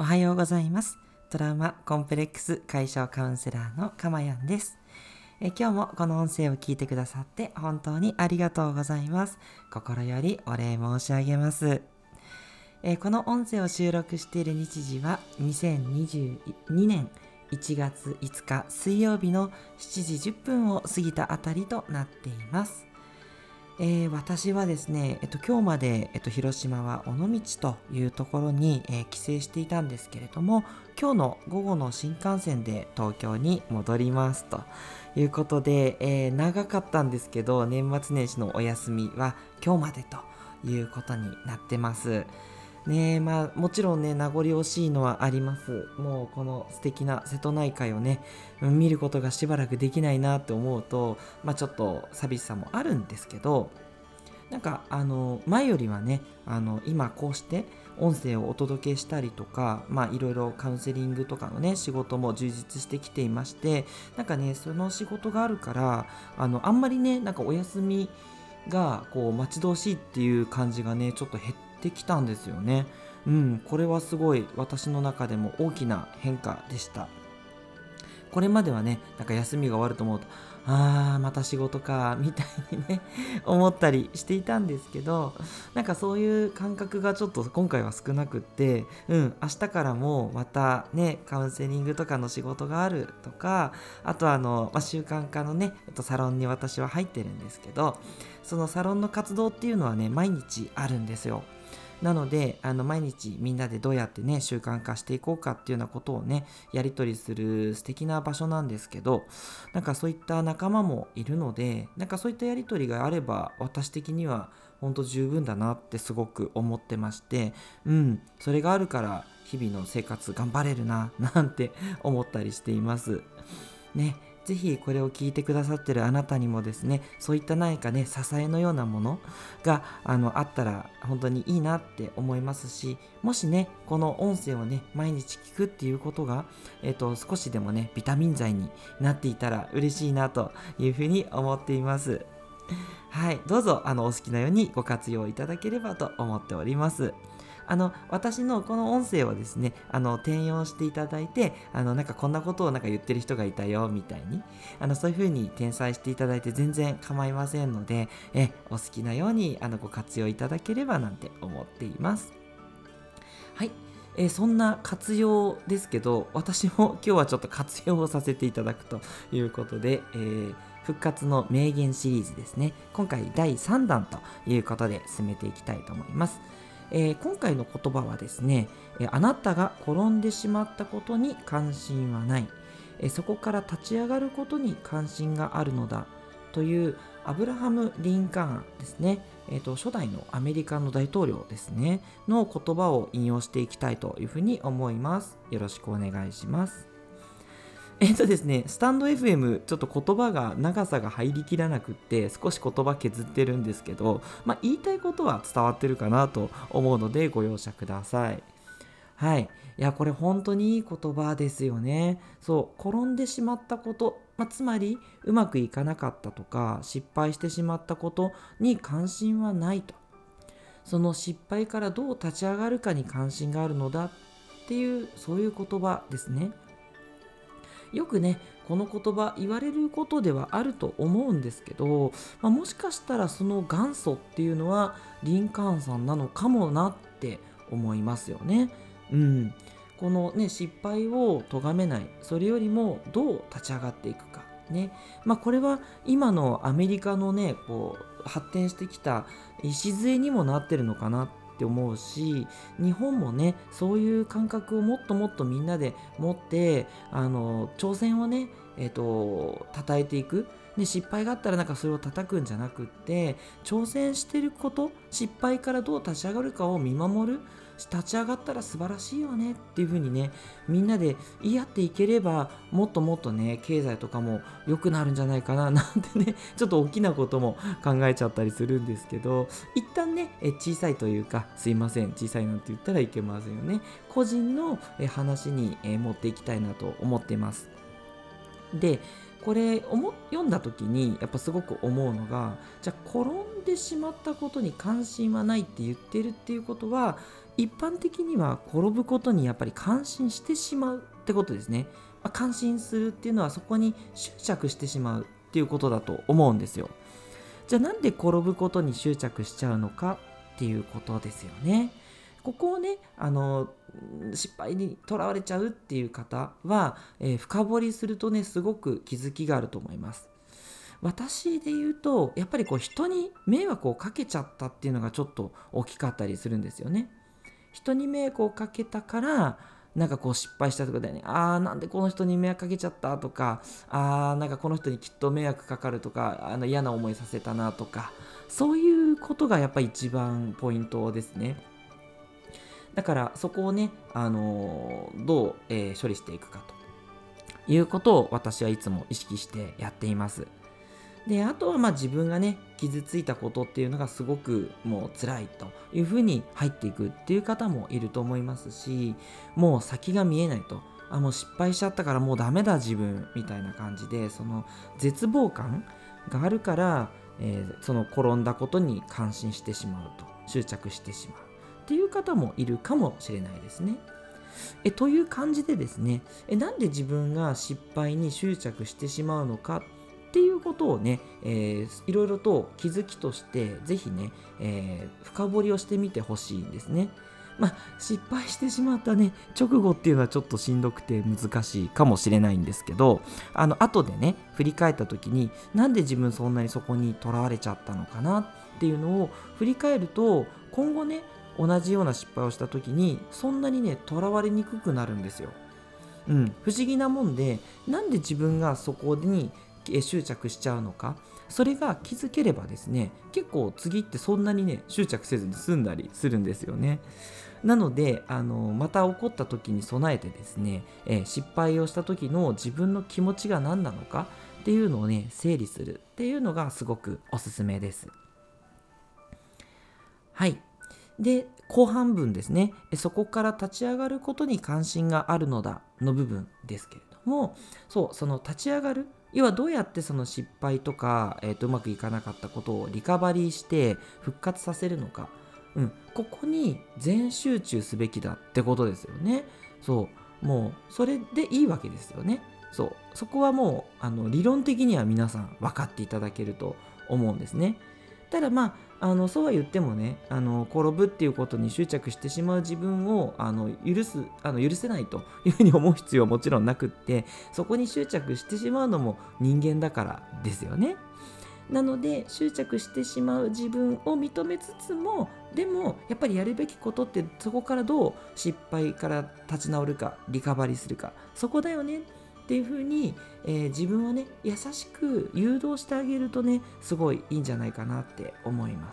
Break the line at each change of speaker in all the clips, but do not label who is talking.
はようございます。トラウマコンプレックス解消カウンセラーのかまやんです。今日もこの音声を聞いてくださって本当にありがとうございます。心よりお礼申し上げます。この音声を収録している日時は2022年1月5日水曜日の7時10分を過ぎたあたりとなっています。私はですね、今日まで、広島は尾道というところに、帰省していたんですけれども、今日の午後の新幹線で東京に戻りますということで、長かったんですけど、年末年始のお休みは今日までということになってます。ねえ、もちろんね、名残惜しいのはあります。もうこの素敵な瀬戸内海をね、見ることがしばらくできないなって思うと、ちょっと寂しさもあるんですけど、前よりはね、今こうして音声をお届けしたりとか、いろいろカウンセリングとかのね、仕事も充実してきていまして、その仕事があるから、あんまりね、お休みがこう待ち遠しいっていう感じがね、ちょっと減ってきたんですよね。これはすごい私の中でも大きな変化でした。これまではね、休みが終わると思うと、また仕事か、みたいにね、思ったりしていたんですけど、そういう感覚がちょっと今回は少なくって、明日からもまたね、カウンセリングとかの仕事があるとか、あと習慣化のね、サロンに私は入ってるんですけど、そのサロンの活動っていうのはね、毎日あるんですよ。なので、毎日みんなでどうやってね、習慣化していこうかっていうようなことをね、やり取りする素敵な場所なんですけど、そういった仲間もいるので、そういったやり取りがあれば、私的には本当十分だなってすごく思ってまして、それがあるから日々の生活頑張れるな、なんて思ったりしています。ね、ぜひこれを聞いてくださってるあなたにもですね、そういった何かね、支えのようなものがあったら本当にいいなって思いますし、もしね、この音声をね、毎日聞くっていうことが、少しでもね、ビタミン剤になっていたら嬉しいなというふうに思っています。はい、どうぞお好きなようにご活用いただければと思っております。私のこの音声をですね、転用していただいて、こんなことを言ってる人がいたよ、みたいに、そういう風に転載していただいて全然構いませんので、お好きなように、ご活用いただければなんて思っています。はい。そんな活用ですけど、私も今日はちょっと活用をさせていただくということで、復活の名言シリーズですね。今回第3弾ということで進めていきたいと思います。今回の言葉はですね、あなたが転んでしまったことに関心はない、そこから立ち上がることに関心があるのだというアブラハム・リンカーンですね、初代のアメリカの大統領ですねの言葉を引用していきたいというふうに思います。よろしくお願いします。ですね、スタンド FM ちょっと言葉が長さが入りきらなくって少し言葉削ってるんですけど、言いたいことは伝わってるかなと思うのでご容赦ください。はい。いや、これ本当にいい言葉ですよね。そう、転んでしまったこと、つまりうまくいかなかったとか失敗してしまったことに関心はないと。その失敗からどう立ち上がるかに関心があるのだっていう、そういう言葉ですね。よくね、この言葉言われることではあると思うんですけど、もしかしたらその元祖っていうのはリンカーンさんなのかもなって思いますよね。このね、失敗を咎めない、それよりもどう立ち上がっていくかね。これは今のアメリカのね、こう発展してきた礎にもなってるのかなって思うし、日本もね、そういう感覚をもっともっとみんなで持って、挑戦をね、叩いていく。で、失敗があったらそれを叩くんじゃなくって、挑戦してること、失敗からどう立ち上がるかを見守る。立ち上がったら素晴らしいよねっていう風にね、みんなで言い合っていければ、もっともっとね、経済とかも良くなるんじゃないかな、なんてね、ちょっと大きなことも考えちゃったりするんですけど、一旦ね、小さいというか、すいません、小さいなんて言ったらいけませんよね。個人の話に持っていきたいなと思っています。で、これ読んだ時にやっぱすごく思うのが、じゃあ転んでしまったことに関心はないって言ってるっていうことは、 一般的には転ぶことにやっぱり感心してしまうってことですね。感心するっていうのはそこに執着してしまうっていうことだと思うんですよ。じゃあなんで転ぶことに執着しちゃうのかっていうことですよね。ここをね、失敗にとらわれちゃうっていう方は、深掘りするとね、すごく気づきがあると思います。私で言うと、やっぱり人に迷惑をかけちゃったっていうのがちょっと大きかったりするんですよね。人に迷惑をかけたから、なんか失敗したとかでね、なんでこの人に迷惑かけちゃったとか、なんかこの人にきっと迷惑かかるとか、嫌な思いさせたなとか、そういうことがやっぱり一番ポイントですね。だからそこをね、どう、処理していくかということを私はいつも意識してやっています。で、あとは自分がね、傷ついたことっていうのがすごくもう辛いというふうに入っていくっていう方もいると思いますし、もう先が見えないと、もう失敗しちゃったからもうダメだ自分みたいな感じで、その絶望感があるから、その転んだことに感心してしまうと、執着してしまうっていう方もいるかもしれないですね。という感じでですね、なんで自分が失敗に執着してしまうのかっていうことをね、いろいろと気づきとしてぜひね、深掘りをしてみてほしいんですね。失敗してしまったね直後っていうのはちょっとしんどくて難しいかもしれないんですけど、後でね振り返った時になんで自分そんなにそこにとらわれちゃったのかなっていうのを振り返ると、今後ね同じような失敗をした時にそんなにねとらわれにくくなるんですよ。不思議なもんで、なんで自分がそこに執着しちゃうのか、それが気づければですね、結構次ってそんなにね執着せずに済んだりするんですよね。なのでまた起こった時に備えてですね、失敗をした時の自分の気持ちが何なのかっていうのをね整理するっていうのがすごくおすすめです。はい。で、後半分ですね。そこから立ち上がることに関心があるのだの部分ですけれども、その立ち上がる、要はどうやってその失敗とか、うまくいかなかったことをリカバリーして復活させるのか、ここに全集中すべきだってことですよね。もうそれでいいわけですよね。そこはもう理論的には皆さん分かっていただけると思うんですね。ただそうは言ってもね、転ぶっていうことに執着してしまう自分を許せないというふうに思う必要はもちろんなくって、そこに執着してしまうのも人間だからですよね。なので執着してしまう自分を認めつつも、でもやっぱりやるべきことってそこからどう失敗から立ち直るかリカバリーするか、そこだよねっていう風に、自分をね優しく誘導してあげるとね、すごいいいんじゃないかなって思います。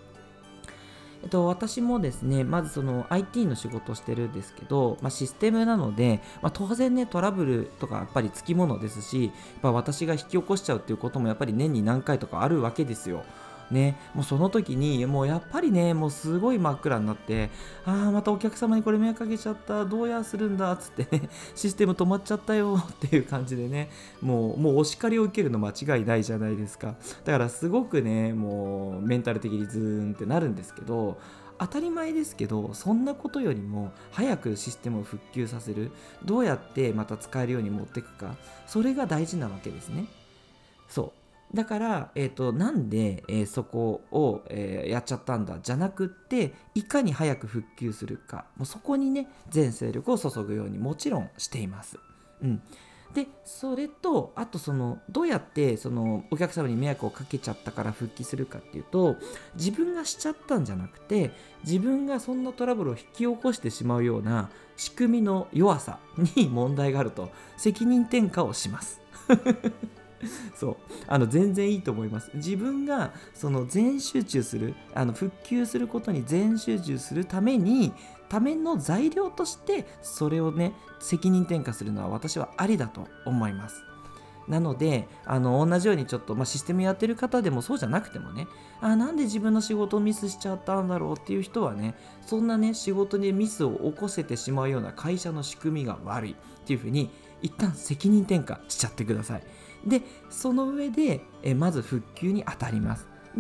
私もですね、まずその IT の仕事をしてるんですけど、システムなので、当然ね、トラブルとかやっぱりつきものですし、やっぱ私が引き起こしちゃうっていうこともやっぱり年に何回とかあるわけですよ。ね、もうその時にもうやっぱりね、もうすごい真っ暗になって、またお客様にこれ迷惑かけちゃった、どうやするんだっつってね、システム止まっちゃったよっていう感じでね、もうお叱りを受けるの間違いないじゃないですか。だからすごくね、もうメンタル的にズーンってなるんですけど、当たり前ですけど、そんなことよりも早くシステムを復旧させる、どうやってまた使えるように持っていくか、それが大事なわけですね。だから、なんで、そこを、やっちゃったんだじゃなくって、いかに早く復旧するか、もうそこにね全精力を注ぐようにもちろんしています。でそれと、あとどうやってお客様に迷惑をかけちゃったから復帰するかっていうと、自分がしちゃったんじゃなくて、自分がそんなトラブルを引き起こしてしまうような仕組みの弱さに問題があると責任転嫁をします全然いいと思います。自分が全集中する、復旧することに全集中するための材料として、それをね責任転嫁するのは私はありだと思います。なので同じようにちょっと、システムやってる方でもそうじゃなくてもね、なんで自分の仕事をミスしちゃったんだろうっていう人はね、そんなね仕事にミスを起こせてしまうような会社の仕組みが悪いっていうふうに一旦責任転嫁しちゃってください。でその上でまず復旧に当たります。で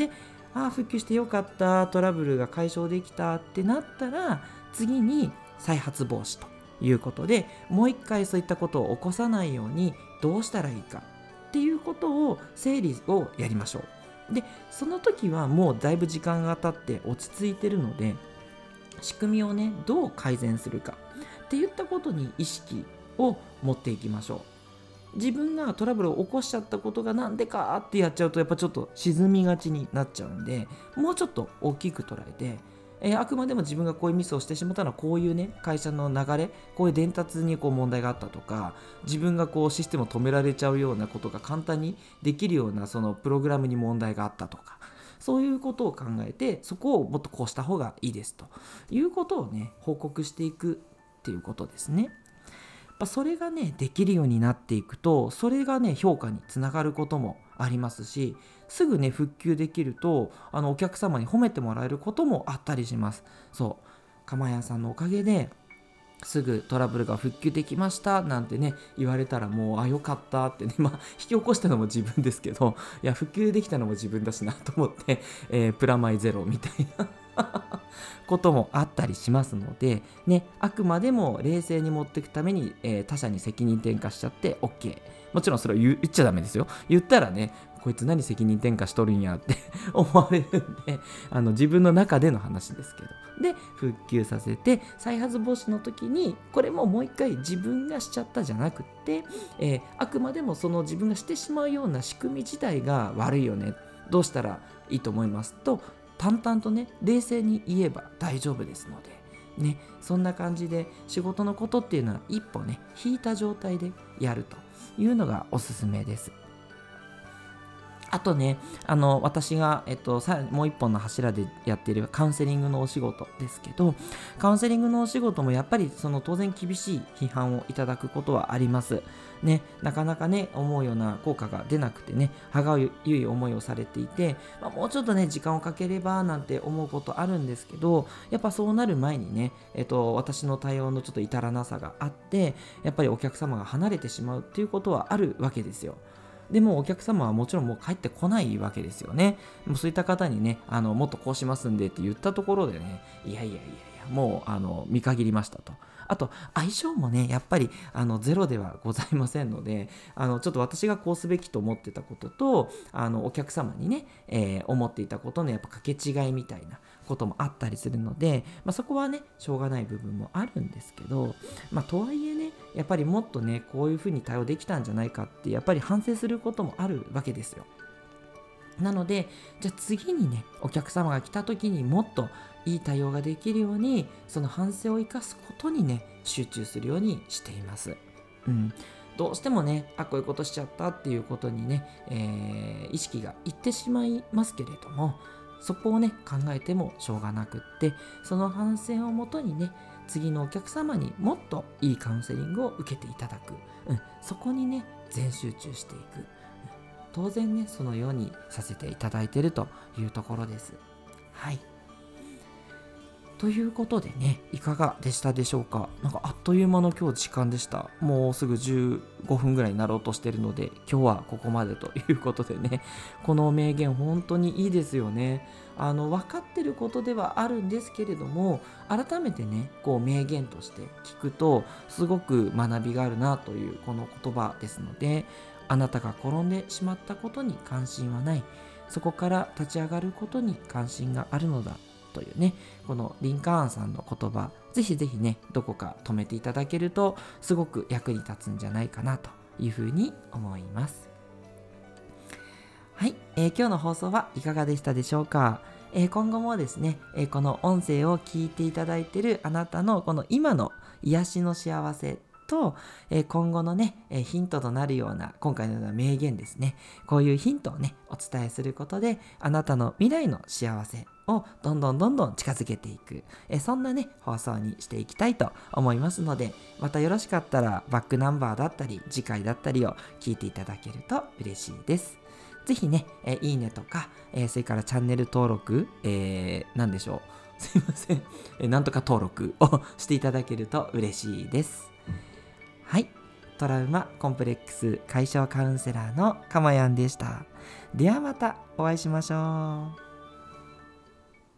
復旧してよかった、トラブルが解消できたってなったら、次に再発防止ということで、もう一回そういったことを起こさないようにどうしたらいいかっていうことを整理をやりましょう。で、その時はもうだいぶ時間が経って落ち着いてるので、仕組みをねどう改善するかっていったことに意識を持っていきましょう。自分がトラブルを起こしちゃったことがなんでかってやっちゃうと、やっぱちょっと沈みがちになっちゃうんで、もうちょっと大きく捉えて、あくまでも自分がこういうミスをしてしまったのはこういうね会社の流れ、こういう伝達にこう問題があったとか、自分がこうシステムを止められちゃうようなことが簡単にできるようなそのプログラムに問題があったとか、そういうことを考えて、そこをもっとこうした方がいいですということをね報告していくっていうことですね。それがねできるようになっていくと、それがね評価につながることもありますし、すぐね復旧できるとお客様に褒めてもらえることもあったりします。そう、釜屋さんのおかげですぐトラブルが復旧できましたなんてね言われたら、もうよかったってね、引き起こしたのも自分ですけど、いや復旧できたのも自分だしなと思って、プラマイゼロみたいなこともあったりしますのでね、あくまでも冷静に持っていくために、他者に責任転嫁しちゃって OK。 もちろんそれを言っちゃダメですよ。言ったらね、こいつ何責任転嫁しとるんやって思われるんで、自分の中での話ですけど、で復旧させて、再発防止の時にこれももう一回自分がしちゃったじゃなくって、あくまでもその自分がしてしまうような仕組み自体が悪いよね、どうしたらいいと思いますと淡々とね冷静に言えば大丈夫ですのでね、そんな感じで仕事のことっていうのは一歩ね引いた状態でやるというのがおすすめです。あとね、私が、もう一本の柱でやっているカウンセリングのお仕事ですけど、カウンセリングのお仕事もやっぱり当然厳しい批判をいただくことはあります。ね、なかなかね、思うような効果が出なくてね、歯がゆい思いをされていて、もうちょっとね、時間をかければなんて思うことあるんですけど、やっぱそうなる前にね、私の対応のちょっと至らなさがあって、やっぱりお客様が離れてしまうっていうことはあるわけですよ。でもお客様はもちろんもう帰ってこないわけですよね。もうそういった方にね、もっとこうしますんでって言ったところでね、いやいやいやいや、もう見限りましたと。あと相性もねやっぱりゼロではございませんので、ちょっと私がこうすべきと思ってたこととお客様にね、思っていたことのやっぱ掛け違いみたいなこともあったりするので、そこはねしょうがない部分もあるんですけど、とはいえねやっぱりもっとねこういうふうに対応できたんじゃないかってやっぱり反省することもあるわけですよ。なので、じゃあ次にねお客様が来た時にもっといい対応ができるように、その反省を生かすことにね集中するようにしています。どうしてもねこういうことしちゃったっていうことにね、意識がいってしまいますけれども、そこをね考えてもしょうがなくって、その反省をもとにね次のお客様にもっといいカウンセリングを受けていただく、そこにね全集中していく、当然ねそのようにさせていただいているというところです。はい、ということでね、いかがでしたでしょうか。なんかあっという間の今日時間でした。もうすぐ15分ぐらいになろうとしてるので、今日はここまでということでね、この名言本当にいいですよね。分かってることではあるんですけれども、改めてねこう名言として聞くとすごく学びがあるなというこの言葉ですので、あなたが転んでしまったことに関心はない、そこから立ち上がることに関心があるのだというね、このリンカーンさんの言葉、ぜひぜひねどこか止めていただけるとすごく役に立つんじゃないかなというふうに思います。はい、今日の放送はいかがでしたでしょうか。今後もですね、この音声を聞いていただいているあなたのこの今の癒しの幸せと、今後のね、ヒントとなるような今回のような名言ですね、こういうヒントをねお伝えすることで、あなたの未来の幸せをどんどん近づけていく、そんなね放送にしていきたいと思いますので、またよろしかったらバックナンバーだったり次回だったりを聞いていただけると嬉しいです。ぜひね、いいねとか、それからチャンネル登録、なんでしょうすいません、なんとか登録をしていただけると嬉しいです。はい、トラウマコンプレックス解消カウンセラーのかまやんでした。ではまたお会いしましょう。